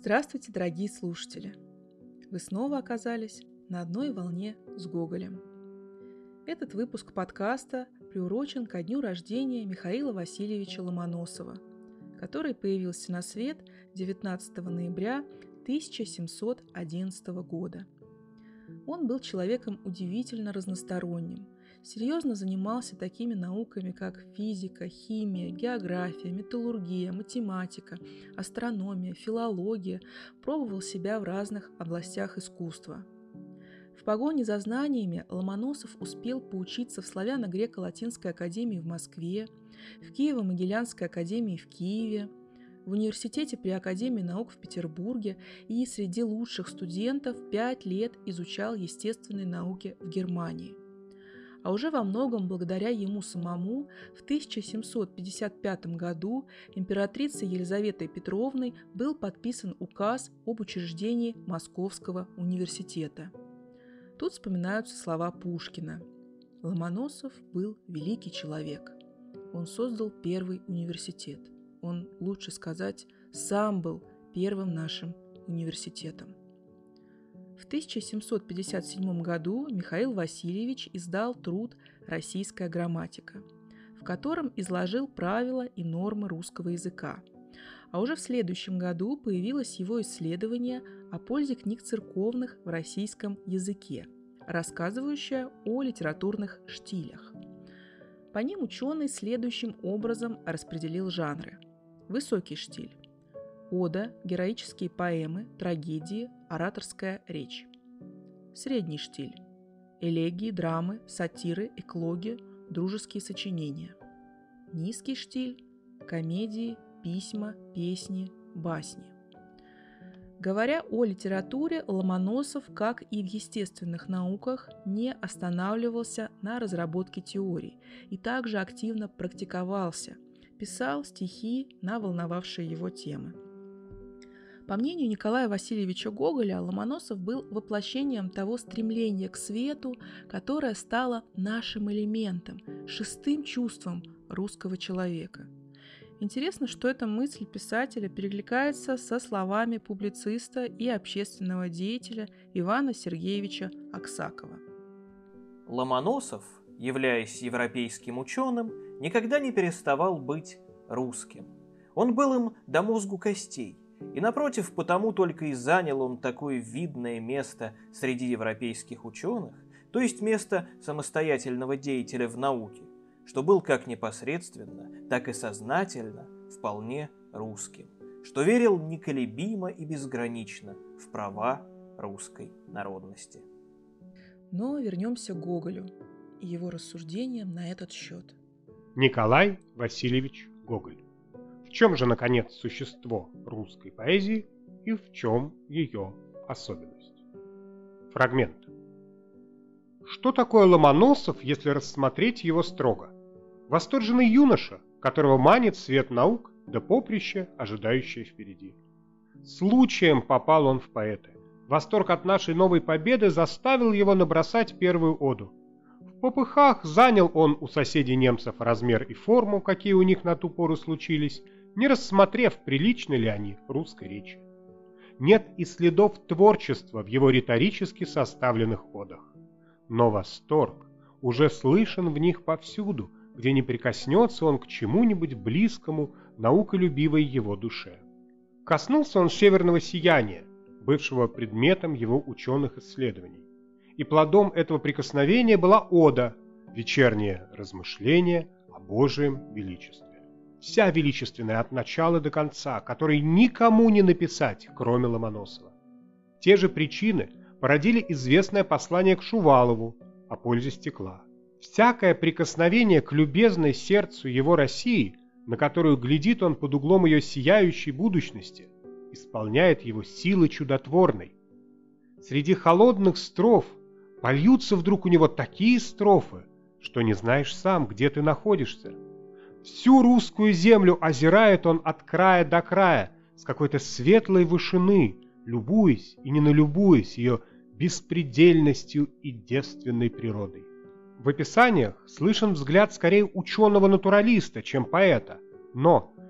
Здравствуйте, дорогие слушатели! Вы снова оказались на одной волне с Гоголем. Этот выпуск подкаста приурочен ко дню рождения Михаила Васильевича Ломоносова, который появился на свет 19 ноября 1711 года. Он был человеком удивительно разносторонним, серьезно занимался такими науками, как физика, химия, география, металлургия, математика, астрономия, филология, пробовал себя в разных областях искусства. В погоне за знаниями Ломоносов успел поучиться в Славяно-Греко-Латинской академии в Москве, в Киево-Могилянской академии в Киеве, в университете при Академии наук в Петербурге и среди лучших студентов 5 лет изучал естественные науки в Германии. А уже во многом благодаря ему самому в 1755 году императрицей Елизаветой Петровной был подписан указ об учреждении Московского университета. Тут вспоминаются слова Пушкина. Ломоносов был великий человек. Он создал первый университет. Он, лучше сказать, сам был первым нашим университетом. В 1757 году Михаил Васильевич издал труд «Российская грамматика», в котором изложил правила и нормы русского языка. А уже в следующем году появилось его исследование о пользе книг церковных в российском языке, рассказывающее о литературных штилях. По ним ученый следующим образом распределил жанры. Высокий штиль. Ода, героические поэмы, трагедии, ораторская речь. Средний штиль. Элегии, драмы, сатиры, эклоги, дружеские сочинения. Низкий штиль. Комедии, письма, песни, басни. Говоря о литературе, Ломоносов, как и в естественных науках, не останавливался на разработке теорий и также активно практиковался, писал стихи на волновавшие его темы. По мнению Николая Васильевича Гоголя, Ломоносов был воплощением того стремления к свету, которое стало нашим элементом, шестым чувством русского человека. Интересно, что эта мысль писателя перекликается со словами публициста и общественного деятеля Ивана Сергеевича Аксакова. Ломоносов, являясь европейским ученым, никогда не переставал быть русским. Он был им до мозгу костей. И, напротив, потому только и занял он такое видное место среди европейских ученых, то есть место самостоятельного деятеля в науке, что был как непосредственно, так и сознательно вполне русским, что верил неколебимо и безгранично в права русской народности. Но вернемся к Гоголю и его рассуждениям на этот счет. Николай Васильевич Гоголь. В чем же, наконец, существо русской поэзии и в чем ее особенность? Фрагмент. Что такое Ломоносов, если рассмотреть его строго? Восторженный юноша, которого манит свет наук да поприще, ожидающее впереди. Случаем попал он в поэты. Восторг от нашей новой победы заставил его набросать первую оду. В попыхах занял он у соседей немцев размер и форму, какие у них на ту пору случились, не рассмотрев, приличны ли они русской речи. Нет и следов творчества в его риторически составленных одах. Но восторг уже слышен в них повсюду, где не прикоснется он к чему-нибудь близкому науколюбивой его душе. Коснулся он северного сияния, бывшего предметом его ученых исследований. И плодом этого прикосновения была ода, вечернее размышление о Божьем величестве. Вся величественная от начала до конца, которой никому не написать, кроме Ломоносова. Те же причины породили известное послание к Шувалову о пользе стекла. Всякое прикосновение к любезной сердцу его России, на которую глядит он под углом ее сияющей будущности, исполняет его силы чудотворной. Среди холодных строф польются вдруг у него такие строфы, что не знаешь сам, где ты находишься. Всю русскую землю озирает он от края до края с какой-то светлой вышины, любуясь и не налюбуясь ее беспредельностью и девственной природой. В описаниях слышен взгляд скорее ученого-натуралиста, чем поэта, но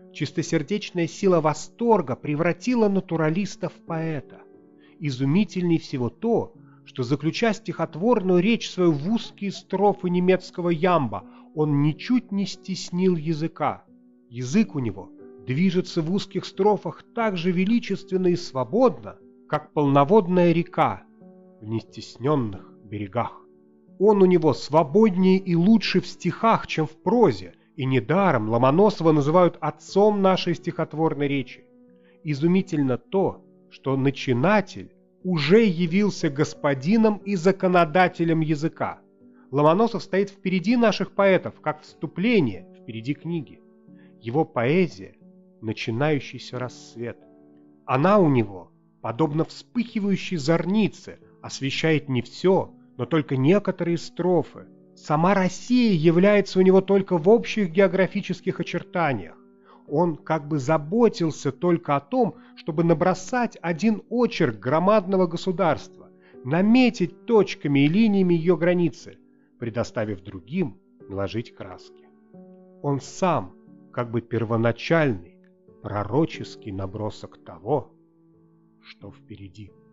Чистосердечная сила восторга превратила натуралиста в поэта. Изумительней всего то, что, заключая стихотворную речь свою в узкие строфы немецкого ямба, он ничуть не стеснил языка. Язык у него движется в узких строфах так же величественно и свободно, как полноводная река в нестесненных берегах. Он у него свободнее и лучше в стихах, чем в прозе, и недаром Ломоносова называют отцом нашей стихотворной речи. Изумительно то, что начинатель уже явился господином и законодателем языка. Ломоносов стоит впереди наших поэтов, как вступление впереди книги. Его поэзия — начинающийся рассвет. Она у него, подобно вспыхивающей зорнице, освещает не все, но только некоторые строфы. Сама Россия является у него только в общих географических очертаниях. Он как бы заботился только о том, чтобы набросать один очерк громадного государства, наметить точками и линиями ее границы, предоставив другим наложить краски. Он сам как бы первоначальный пророческий набросок того, что впереди.